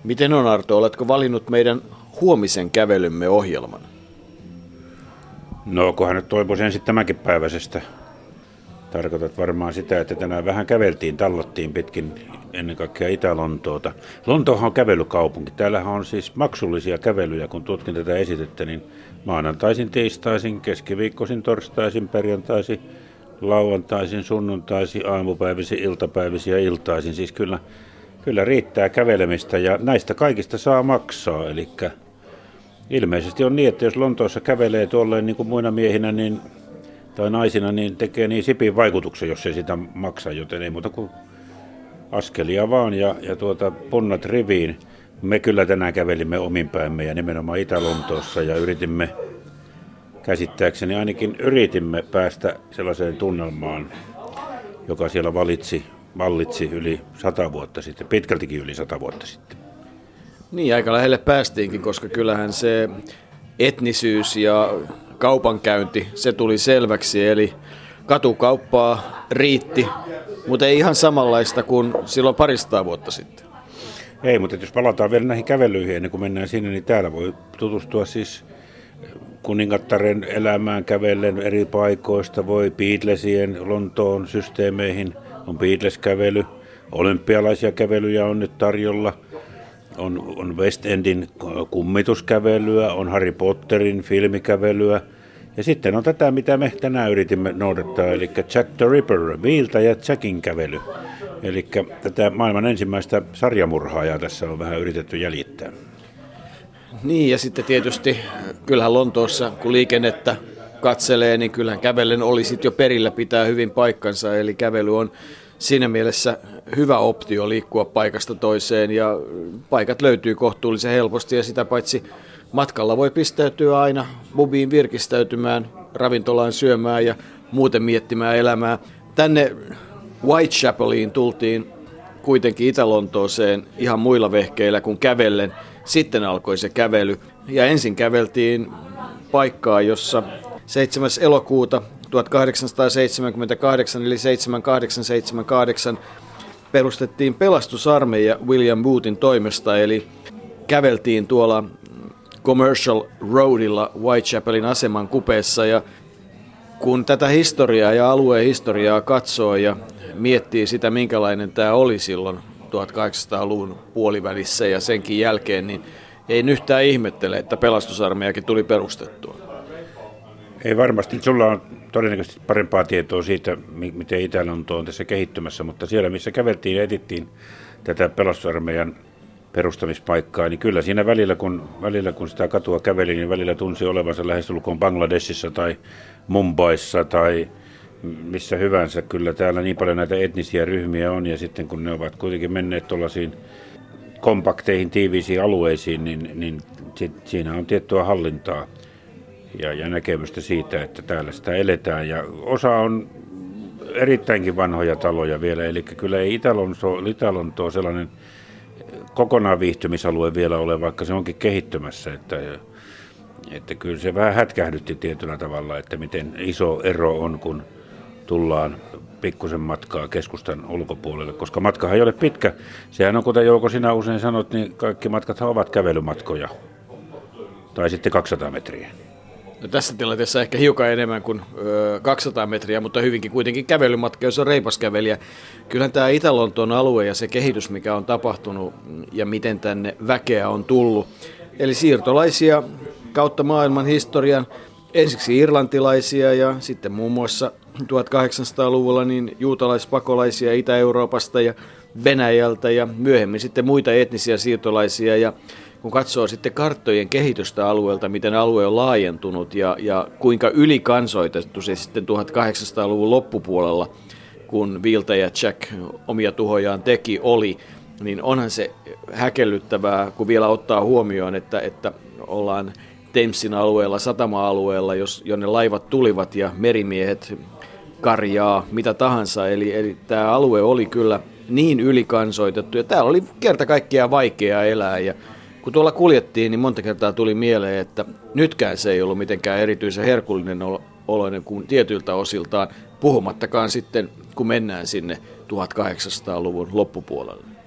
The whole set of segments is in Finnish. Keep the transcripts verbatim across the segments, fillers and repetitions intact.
Miten on, Arto, oletko valinnut meidän huomisen kävelymme ohjelman? No, kunhan nyt toivoisin ensin tämänkin päiväisestä. Tarkoitat varmaan sitä, että tänään vähän käveltiin, tallottiin pitkin ennen kaikkea Itä-Lontoota. Lontoohan on kävelykaupunki. Täällähän on siis maksullisia kävelyjä, kun tutkin tätä esitettä, niin maanantaisin, tiistaisin, keskiviikkoisin, torstaisin, perjantaisin, lauantaisin, sunnuntaisin, aamupäivisin, iltapäivisin ja iltaisin. Siis kyllä, kyllä riittää kävelemistä ja näistä kaikista saa maksaa. Eli ilmeisesti on niin, että jos Lontoossa kävelee tuolleen niin kuin muina miehinä niin, tai naisina, niin tekee niin sipin vaikutuksen, jos ei sitä maksa, joten ei muuta kuin askelia vaan ja, ja tuota, punnat riviin. Me kyllä tänään kävelimme omin päimme ja nimenomaan Itä-Lontoossa ja yritimme, käsittääkseni ainakin yritimme päästä sellaiseen tunnelmaan, joka siellä valitsi, vallitsi yli sata vuotta sitten, pitkältikin yli sata vuotta sitten. Niin, aika lähelle päästiinkin, koska kyllähän se etnisyys ja kaupankäynti, se tuli selväksi, eli katukauppaa riitti, mutta ei ihan samanlaista kuin silloin paristaa vuotta sitten. Ei, mutta jos palataan vielä näihin kävelyihin ennen kuin mennään sinne, niin täällä voi tutustua siis kuningattaren elämään kävellen eri paikoista, voi Beatlesien Lontoon systeemeihin, on Beatles-kävely, olympialaisia kävelyjä on nyt tarjolla. On, on West Endin kummituskävelyä, on Harry Potterin filmikävelyä ja sitten on tätä, mitä me tänään yritimme noudattaa, eli Jack the Ripper, Viiltä ja Jackin kävely. Eli tätä maailman ensimmäistä sarjamurhaajaa tässä on vähän yritetty jäljittää. Niin ja sitten tietysti kyllähän Lontoossa, kun liikennettä katselee, niin kyllähän kävellen oli sitten jo perillä pitää hyvin paikkansa, eli kävely on siinä mielessä hyvä optio liikkua paikasta toiseen ja paikat löytyy kohtuullisen helposti ja sitä paitsi matkalla voi pistäytyä aina bubiin virkistäytymään, ravintolaan syömään ja muuten miettimään elämää. Tänne Whitechapeliin tultiin kuitenkin Itä-Lontooseen ihan muilla vehkeillä kuin kävellen. Sitten alkoi se kävely ja ensin käveltiin paikkaa, jossa seitsemäs elokuuta tuhatkahdeksansataaseitsemänkymmentäkahdeksan eli seitsemänkahdeksan seitsemänkymmentäkahdeksan perustettiin pelastusarmeija William Bootin toimesta, eli käveltiin tuolla Commercial Roadilla Whitechapelin aseman kupeessa ja kun tätä historiaa ja alueen historiaa katsoo ja miettii sitä, minkälainen tämä oli silloin tuhatkahdeksansataaluvun puolivälissä ja senkin jälkeen, niin ei yhtään ihmettele, että pelastusarmeijakin tuli perustettua. Ei varmasti. Sulla on todennäköisesti parempaa tietoa siitä, miten Itä-Lonto on tässä kehittymässä, mutta siellä, missä käveltiin ja etittiin tätä pelastusarmeijan perustamispaikkaa, niin kyllä siinä välillä kun, välillä, kun sitä katua käveli, niin välillä tunsi olevansa lähestulkoon Bangladesissa tai Mumbaissa tai missä hyvänsä. Kyllä täällä niin paljon näitä etnisiä ryhmiä on, ja sitten kun ne ovat kuitenkin menneet tuollaisiin kompakteihin, tiiviisiin alueisiin, niin, niin siinä on tiettyä hallintaa. Ja, ja näkemystä siitä, että täällä sitä eletään. Ja osa on erittäinkin vanhoja taloja vielä, eli kyllä ei Itä-Lontoa sellainen kokonaan viihtymisalue vielä ole, vaikka se onkin kehittymässä. Että, että kyllä se vähän hätkähdytti tietyllä tavalla, että miten iso ero on, kun tullaan pikkusen matkaa keskustan ulkopuolelle, koska matkahan ei ole pitkä. Sehän on, kuten Jouko sinä usein sanot, niin kaikki matkathan ovat kävelymatkoja, tai sitten kaksisataa metriä. No tässä tilanteessa ehkä hiukan enemmän kuin ö, kaksisataa metriä, mutta hyvinkin kuitenkin kävelymatka, jos on reipas kävelijä. Kyllähän tämä Itä-Lontoon alue ja se kehitys, mikä on tapahtunut ja miten tänne väkeä on tullut. Eli siirtolaisia kautta maailman historian, ensiksi irlantilaisia ja sitten muun muassa tuhatkahdeksansataaluvulla niin juutalaispakolaisia Itä-Euroopasta ja Venäjältä ja myöhemmin sitten muita etnisiä siirtolaisia ja kun katsoo sitten karttojen kehitystä alueelta, miten alue on laajentunut ja, ja kuinka ylikansoitettu se sitten tuhatkahdeksansataaluvun loppupuolella, kun Viiltä ja Jack omia tuhojaan teki, oli, niin onhan se häkellyttävää, kun vielä ottaa huomioon, että, että ollaan Thamesin alueella, satama-alueella, jos, jonne laivat tulivat ja merimiehet karjaa, mitä tahansa. Eli, eli tämä alue oli kyllä niin ylikansoitettu ja täällä oli kerta kaikkiaan vaikeaa elää ja kun tuolla kuljettiin, niin monta kertaa tuli mieleen, että nytkään se ei ollut mitenkään erityisen herkullinen oloinen kuin tietyiltä osiltaan, puhumattakaan sitten, kun mennään sinne tuhatkahdeksansataaluvun loppupuolelle.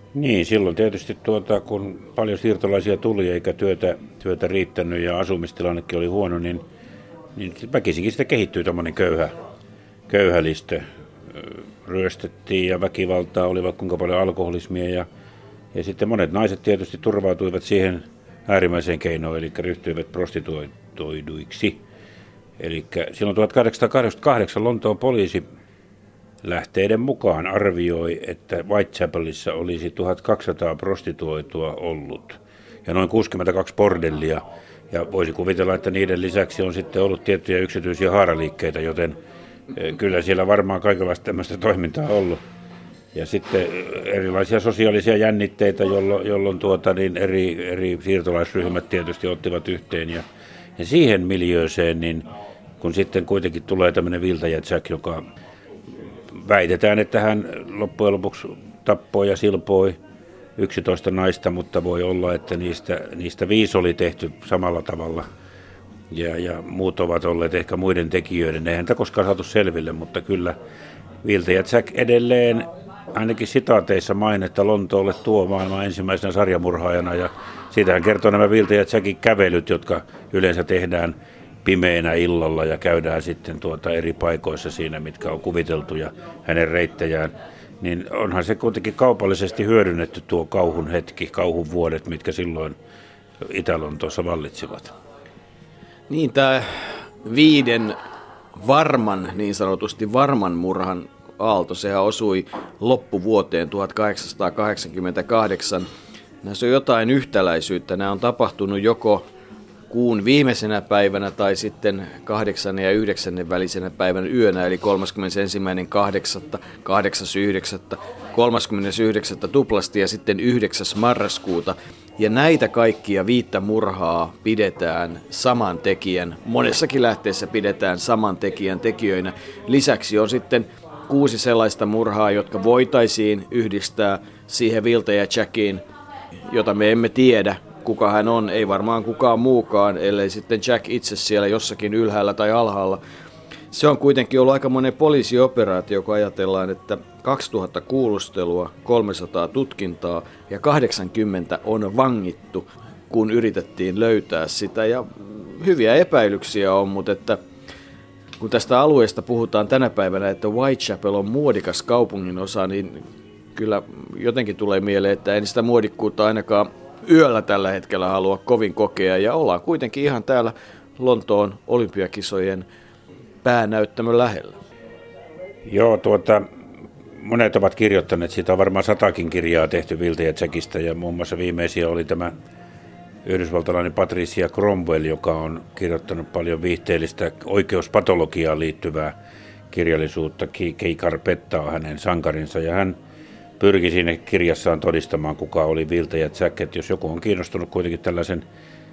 Niin, silloin tietysti tuota, kun paljon siirtolaisia tuli eikä työtä, työtä riittänyt ja asumistilannekin oli huono, niin, niin väkisinkin sitä kehittyy tämmöinen köyhä, köyhälistö. Ryöstettiin ja väkivaltaa, oli vaikka kuinka paljon alkoholismia ja, ja sitten monet naiset tietysti turvautuivat siihen äärimmäiseen keinoon, eli ryhtyivät prostituoiduiksi. Eli silloin tuhatkahdeksansataakahdeksankymmentäkahdeksan Lontoon poliisi lähteiden mukaan arvioi, että Whitechapelissa olisi tuhatkaksisataa prostituoitua ollut ja noin kuusikymmentäkaksi bordellia. Ja voisi kuvitella, että niiden lisäksi on sitten ollut tiettyjä yksityisiä haaraliikkeitä, joten kyllä siellä varmaan kaikenlaista tämmöistä toimintaa on ollut. Ja sitten erilaisia sosiaalisia jännitteitä, jolloin, jolloin tuota, niin eri, eri siirtolaisryhmät tietysti ottivat yhteen. Ja, ja siihen miljööseen, niin kun sitten kuitenkin tulee tämmöinen Viltaja Jack, joka väitetään, että hän loppujen lopuksi tappoi ja silpoi yksitoista naista, mutta voi olla, että niistä, niistä viisi oli tehty samalla tavalla. Ja, ja muut ovat olleet ehkä muiden tekijöiden. Eihän tämä koskaan saatu selville, mutta kyllä Viltaja Jack edelleen ainakin sitaateissa mainetta Lontoolle tuo maailman ensimmäisenä sarjamurhaajana. Ja siitähän kertoo nämä Viltaja Jackin kävelyt, jotka yleensä tehdään pimeänä illalla ja käydään sitten tuota eri paikoissa siinä, mitkä on kuviteltu ja hänen reittejään. Niin onhan se kuitenkin kaupallisesti hyödynnetty tuo kauhun hetki, kauhun vuodet, mitkä silloin Itä-Lontoossa vallitsevat. Niin, tämä viiden varman, niin sanotusti varman murhan aalto, sehän osui loppuvuoteen tuhatkahdeksansataakahdeksankymmentäkahdeksan. Näissä on jotain yhtäläisyyttä. Nämä on tapahtunut joko kuun viimeisenä päivänä tai sitten kahdeksan ja yhdeksännen välisenä päivän yönä, eli kolmaskymmenesensimmäinen kahdeksatta, kahdeksas yhdeksättä, kolmaskymmenes yhdeksättä tuplasti ja sitten yhdeksäs marraskuuta. Ja näitä kaikkia viittä murhaa pidetään saman tekijän, monessakin lähteessä pidetään saman tekijän tekijöinä. Lisäksi on sitten kuusi sellaista murhaa, jotka voitaisiin yhdistää siihen Viltaja Jackiin, jota me emme tiedä, kuka hän on, ei varmaan kukaan muukaan, ellei sitten Jack itse siellä jossakin ylhäällä tai alhaalla. Se on kuitenkin ollut aikamoinen poliisioperaatio, kun ajatellaan, että kaksituhatta kuulustelua, kolmesataa tutkintaa ja kahdeksankymmentä on vangittu, kun yritettiin löytää sitä. Ja hyviä epäilyksiä on, mutta että kun tästä alueesta puhutaan tänä päivänä, että Whitechapel on muodikas kaupungin osa, niin kyllä jotenkin tulee mieleen, että en sitä muodikkuutta ainakaan yöllä tällä hetkellä halua kovin kokea. Ja ollaan kuitenkin ihan täällä Lontoon olympiakisojen päänäyttämön lähellä. Joo, tuota, monet ovat kirjoittaneet, siitä on varmaan satakin kirjaa tehty Viltaja Jackista ja muun muassa viimeisiä oli tämä yhdysvaltalainen Patricia Cromwell, joka on kirjoittanut paljon viihteellistä oikeuspatologiaan liittyvää kirjallisuutta. Kay Carpetta on hänen sankarinsa ja hän pyrki siinä kirjassaan todistamaan, kuka oli Viltaja Jack. Että jos joku on kiinnostunut kuitenkin tällaisen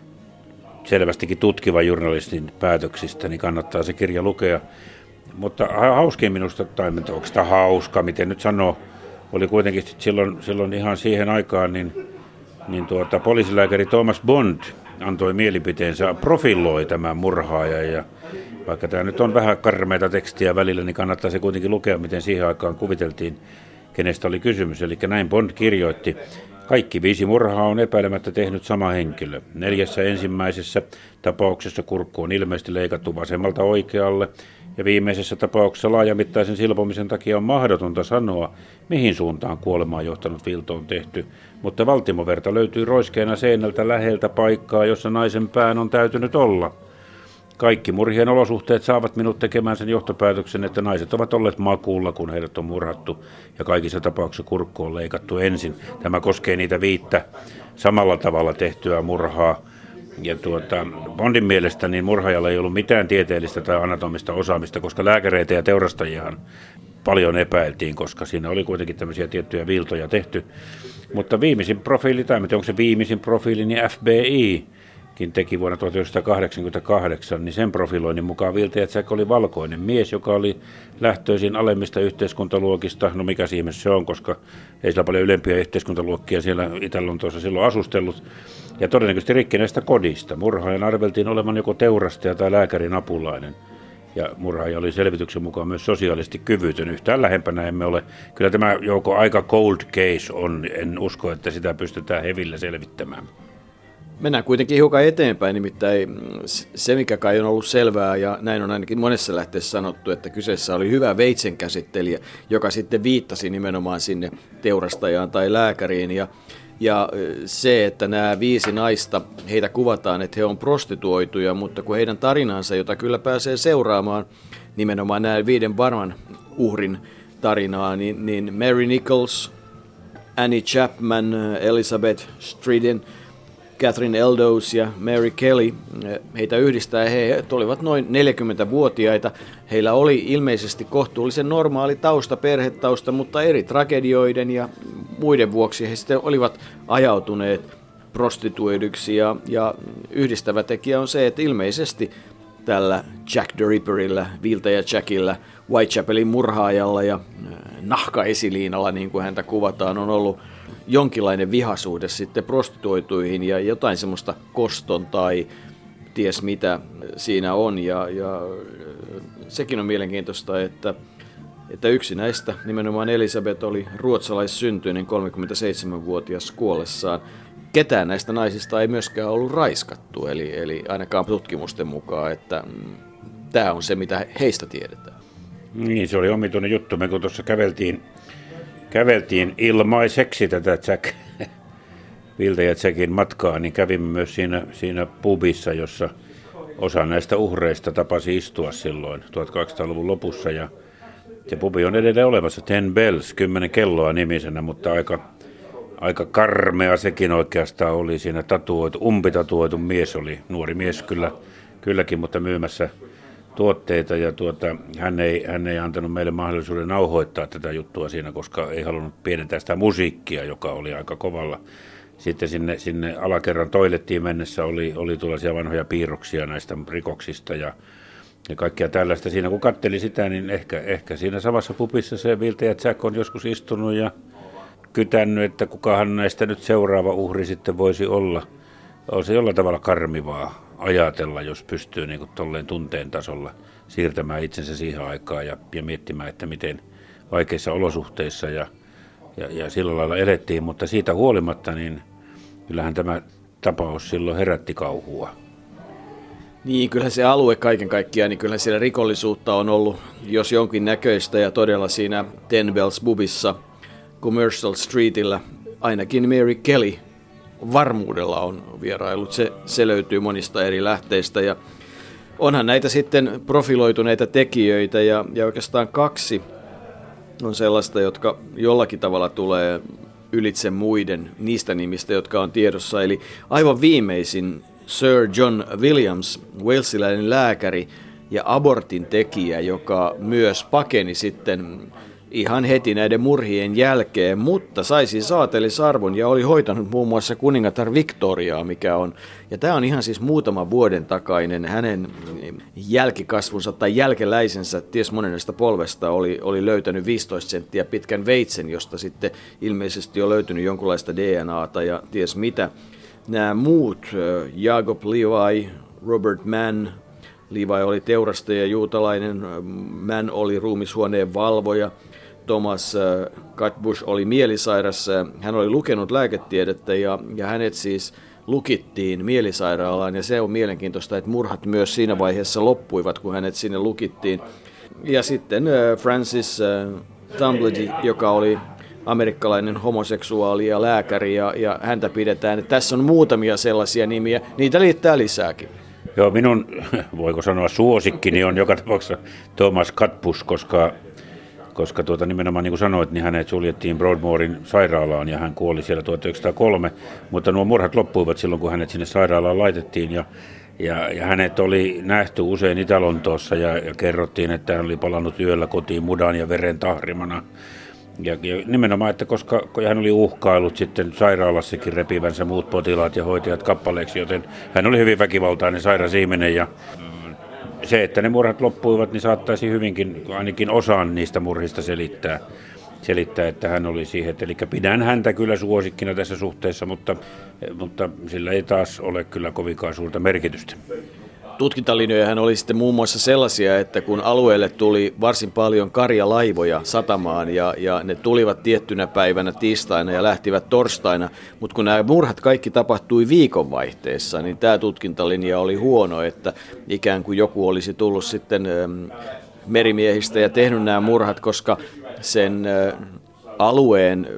selvästikin tutkivan journalistin päätöksistä, niin kannattaa se kirja lukea. Mutta hauskin minusta, tai onko sitä hauska, miten nyt sanoo, oli kuitenkin silloin, silloin ihan siihen aikaan, niin, niin tuota, poliisilääkäri Thomas Bond antoi mielipiteensä, profiloi tämän murhaajan. Ja vaikka tämä nyt on vähän karmeita tekstiä välillä, niin kannattaa se kuitenkin lukea, miten siihen aikaan kuviteltiin, kenestä oli kysymys. Eli näin Bond kirjoitti. Kaikki viisi murhaa on epäilemättä tehnyt sama henkilö. Neljässä ensimmäisessä tapauksessa kurkku on ilmeisesti leikattu vasemmalta oikealle, ja viimeisessä tapauksessa laajamittaisen silpomisen takia on mahdotonta sanoa, mihin suuntaan kuolemaan johtanut vilto on tehty, mutta valtimoverta löytyy roiskeena seinältä läheltä paikkaa, jossa naisen pään on täytynyt olla. Kaikki murhien olosuhteet saavat minut tekemään sen johtopäätöksen, että naiset ovat olleet makuulla, kun heidät on murhattu, ja kaikissa tapauksissa kurkku on leikattu ensin. Tämä koskee niitä viittä samalla tavalla tehtyä murhaa. Ja tuota, Bondin mielestä niin murhaajalla ei ollut mitään tieteellistä tai anatomista osaamista, koska lääkäreitä ja teurastajiahan paljon epäiltiin, koska siinä oli kuitenkin tämmöisiä tiettyjä viltoja tehty. Mutta viimeisin profiili, tai onko se viimeisin profiili, niin F B I-kin teki vuonna tuhatyhdeksänsataakahdeksankymmentäkahdeksan, niin sen profiloinnin mukaan Viltaja Jack oli valkoinen mies, joka oli lähtöisin alemmista yhteiskuntaluokista. No mikä ihme se on, koska ei sillä paljon ylempiä yhteiskuntaluokkia siellä Itä-Lontoossa silloin asustellut. Ja todennäköisesti rikkinäistä kodista. Murhaajan arveltiin olevan joko teurastaja tai lääkärin apulainen. ja murhaaja oli selvityksen mukaan myös sosiaalisesti kyvytön. Yhtään lähempänä emme ole. Kyllä tämä Jouko aika cold case on. En usko, että sitä pystytään hevillä selvittämään. Mennään kuitenkin hiukan eteenpäin, nimittäin se, mikä kai on ollut selvää, ja näin on ainakin monessa lähteessä sanottu, että kyseessä oli hyvä veitsenkäsittelijä, joka sitten viittasi nimenomaan sinne teurastajaan tai lääkäriin, ja, ja se, että nämä viisi naista, heitä kuvataan, että he on prostituoituja, mutta kun heidän tarinansa, jota kyllä pääsee seuraamaan, nimenomaan nämä viiden varman uhrin tarinaa, niin, niin Mary Nichols, Annie Chapman, Elizabeth Striden, Catherine Eldowes ja Mary Kelly, heitä yhdistää, he olivat noin neljäkymmentävuotiaita. Heillä oli ilmeisesti kohtuullisen normaali tausta, perhetausta, mutta eri tragedioiden ja muiden vuoksi he sitten olivat ajautuneet prostituoiduksi. Ja, ja yhdistävä tekijä on se, että ilmeisesti tällä Jack the Ripperillä, Viiltäjä Jackillä, Whitechapelin murhaajalla ja nahkaesiliinalla, niin kuin häntä kuvataan, on ollut jonkinlainen vihasuhde sitten prostituoituihin ja jotain semmoista koston tai ties mitä siinä on. Ja, ja sekin on mielenkiintoista, että, että yksi näistä, nimenomaan Elisabeth, oli ruotsalaissyntyinen kolmekymmentäseitsemänvuotias kuollessaan. Ketään näistä naisista ei myöskään ollut raiskattu, eli, eli ainakaan tutkimusten mukaan, että mm, tämä on se, mitä heistä tiedetään. Niin, se oli omituinen juttu. Me kun tuossa käveltiin, käveltiin ilmaiseksi tätä Jack, Viiltäjä Jackin matkaa, niin kävimme myös siinä, siinä pubissa, jossa osa näistä uhreista tapasi istua silloin tuhatkahdeksansataaluvun lopussa. Ja se pubi on edelleen olemassa, Ten Bells, kymmenen kelloa nimisenä, mutta aika, aika karmea sekin oikeastaan oli. Siinä tatuoitu, umpitatuoitu mies oli, nuori mies kyllä, kylläkin, mutta myymässä tuotteita, ja tuota, hän, ei, hän ei antanut meille mahdollisuuden nauhoittaa tätä juttua siinä, koska ei halunnut pienentää sitä musiikkia, joka oli aika kovalla. Sitten sinne, sinne alakerran toilettiin mennessä oli, oli tuollaisia vanhoja piirroksia näistä rikoksista ja, ja kaikkea tällaista. Siinä kun katseli sitä, niin ehkä, ehkä siinä samassa pupissa se Viiltäjä Jack on joskus istunut ja kytännyt, että kukahan näistä nyt seuraava uhri sitten voisi olla. On se jollain tavalla karmivaa ajatella, jos pystyy niin kuin tolleen tunteen tasolla siirtämään itsensä siihen aikaan ja, ja miettimään, että miten vaikeissa olosuhteissa ja, ja, ja sillä lailla elettiin, mutta siitä huolimatta, niin kyllähän tämä tapaus silloin herätti kauhua. Niin, kyllähän se alue kaiken kaikkiaan, niin kyllähän siellä rikollisuutta on ollut, jos jonkin näköistä, ja todella siinä Ten Bells Pubissa, Commercial Streetillä, ainakin Mary Kelly varmuudella on vierailut. Se, se löytyy monista eri lähteistä, ja onhan näitä sitten profiloituneita tekijöitä, ja, ja oikeastaan kaksi on sellaista, jotka jollakin tavalla tulee ylitse muiden niistä nimistä, jotka on tiedossa. Eli aivan viimeisin Sir John Williams, walesilainen lääkäri ja abortin tekijä, joka myös pakeni sitten ihan heti näiden murhien jälkeen, mutta sai siis saatelisarvon ja oli hoitanut muun muassa kuningatar Victoriaa, mikä on, ja tämä on ihan siis muutaman vuoden takainen, hänen jälkikasvunsa tai jälkeläisensä, ties monennesta polvesta, oli, oli löytänyt viisitoista senttiä pitkän veitsen, josta sitten ilmeisesti on löytynyt jonkunlaista D N A:ta ja ties mitä. Nämä muut, Jacob Levi, Robert Mann, Levi oli teurastaja juutalainen, Mann oli ruumishuoneen valvoja, Thomas Cutbush oli mielisairas, hän oli lukenut lääketiedettä ja, ja hänet siis lukittiin mielisairaalaan, ja se on mielenkiintoista, että murhat myös siinä vaiheessa loppuivat, kun hänet sinne lukittiin. Ja sitten Francis Tumblety, joka oli amerikkalainen homoseksuaali ja lääkäri, ja, ja häntä pidetään. Tässä on muutamia sellaisia nimiä, niitä liittää lisääkin. Joo, minun, voiko sanoa, suosikkini on joka tapauksessa Thomas Cutbush, koska, koska tuota, nimenomaan niin kuin sanoit, niin hänet suljettiin Broadmoorin sairaalaan ja hän kuoli siellä tuhatyhdeksänsataakolme, mutta nuo murhat loppuivat silloin, kun hänet sinne sairaalaan laitettiin ja, ja, ja hänet oli nähty usein Itä-Lontoossa ja, ja kerrottiin, että hän oli palannut yöllä kotiin mudan ja veren tahrimana. Ja, ja nimenomaan, että koska hän oli uhkaillut sitten sairaalassakin repivänsä muut potilaat ja hoitajat kappaleeksi, joten hän oli hyvin väkivaltainen sairas ihminen ja se, että ne murhat loppuivat, niin saattaisi hyvinkin ainakin osaan niistä murhista selittää, selittää että hän oli siihen. Eli pidän häntä kyllä suosikkina tässä suhteessa, mutta, mutta sillä ei taas ole kyllä kovinkaan suurta merkitystä. Tutkintalinjojahan oli sitten muun muassa sellaisia, että kun alueelle tuli varsin paljon karjalaivoja satamaan ja, ja ne tulivat tiettynä päivänä tiistaina ja lähtivät torstaina, mutta kun nämä murhat kaikki tapahtui viikonvaihteessa, niin tämä tutkintalinja oli huono, että ikään kuin joku olisi tullut sitten äm, merimiehistä ja tehnyt nämä murhat, koska sen ä, alueen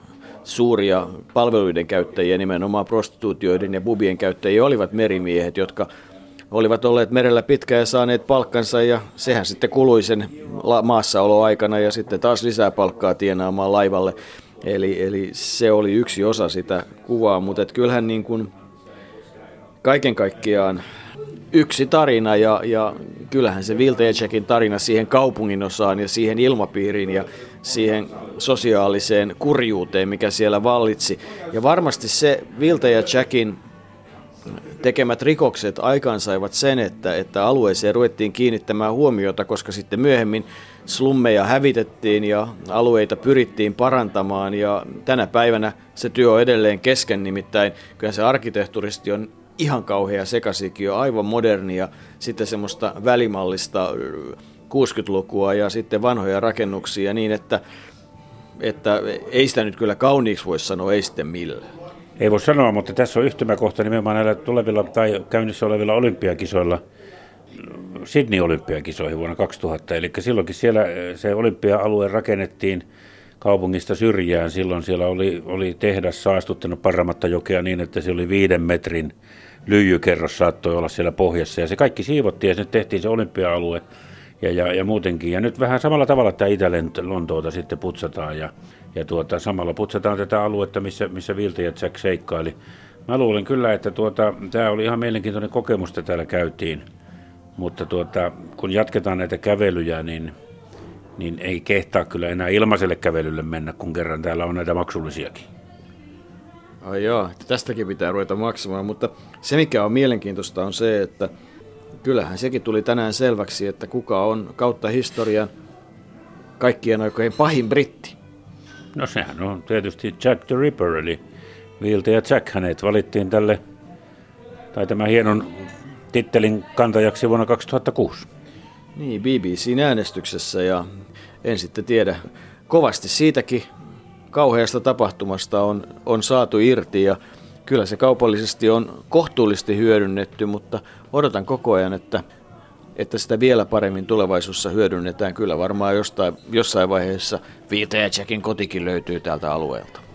suuria palveluiden käyttäjiä, nimenomaan prostituutioiden ja bubien käyttäjiä, olivat merimiehet, jotka olivat olleet merellä pitkään ja saaneet palkkansa, ja sehän sitten kului sen maassaoloaikana ja sitten taas lisää palkkaa tienaamaan laivalle. Eli, eli se oli yksi osa sitä kuvaa, mutta et kyllähän niin kuin kaiken kaikkiaan yksi tarina, ja, ja kyllähän se Wiltejackin tarina siihen kaupungin osaan ja siihen ilmapiiriin ja siihen sosiaaliseen kurjuuteen, mikä siellä vallitsi. Ja varmasti se Wiltejackin tekemät rikokset aikaansaivat sen, että, että alueeseen ruvettiin kiinnittämään huomiota, koska sitten myöhemmin slummeja hävitettiin ja alueita pyrittiin parantamaan, ja tänä päivänä se työ on edelleen kesken, nimittäin kyllä se arkkitehtuuristi on ihan kauhea sekasikin, aivan modernia, sitten semmoista välimallista kuusikymmentälukua ja sitten vanhoja rakennuksia niin, että, että ei sitä nyt kyllä kauniiksi voi sanoa, ei sitten millään. Ei voi sanoa, mutta tässä on yhtymäkohta nimenomaan näillä tulevilla tai käynnissä olevilla olympiakisoilla, Sydney-olympiakisoihin vuonna kaksituhatta. Eli silloinkin siellä se olympia-alue rakennettiin kaupungista syrjään. Silloin siellä oli, oli tehdas saastuttanut Parramattajokea niin, että se oli viiden metrin lyijykerros saattoi olla siellä pohjassa. Ja se kaikki siivottiin ja sinne tehtiin se olympia-alue ja, ja, ja muutenkin. Ja nyt vähän samalla tavalla tämä Itä-Lontoota sitten putsataan ja Ja tuota, samalla putsataan tätä aluetta, missä, missä Wiltejacks seikkaili. Mä luulen kyllä, että tuota, tämä oli ihan mielenkiintoinen kokemus, että täällä käytiin. Mutta tuota, kun jatketaan näitä kävelyjä, niin, niin ei kehtaa kyllä enää ilmaiselle kävelylle mennä, kun kerran täällä on näitä maksullisiakin. Ai joo, tästäkin pitää ruveta maksamaan, mutta se mikä on mielenkiintoista on se, että kyllähän sekin tuli tänään selväksi, että kuka on kautta historian kaikkien aikojen pahin britti. No sehän on tietysti Jack the Ripper, eli Wiltejacks. Hänet valittiin tälle, tai tämän hienon tittelin kantajaksi vuonna kaksituhattakuusi. Niin, B B C:n äänestyksessä, ja en sitten tiedä. Kovasti siitäkin kauheasta tapahtumasta on, on saatu irti, ja kyllä se kaupallisesti on kohtuullisesti hyödynnetty, mutta odotan koko ajan, että että sitä vielä paremmin tulevaisuudessa hyödynnetään. Kyllä varmaan jostain, jossain vaiheessa Wiltejackin kotikin löytyy tältä alueelta.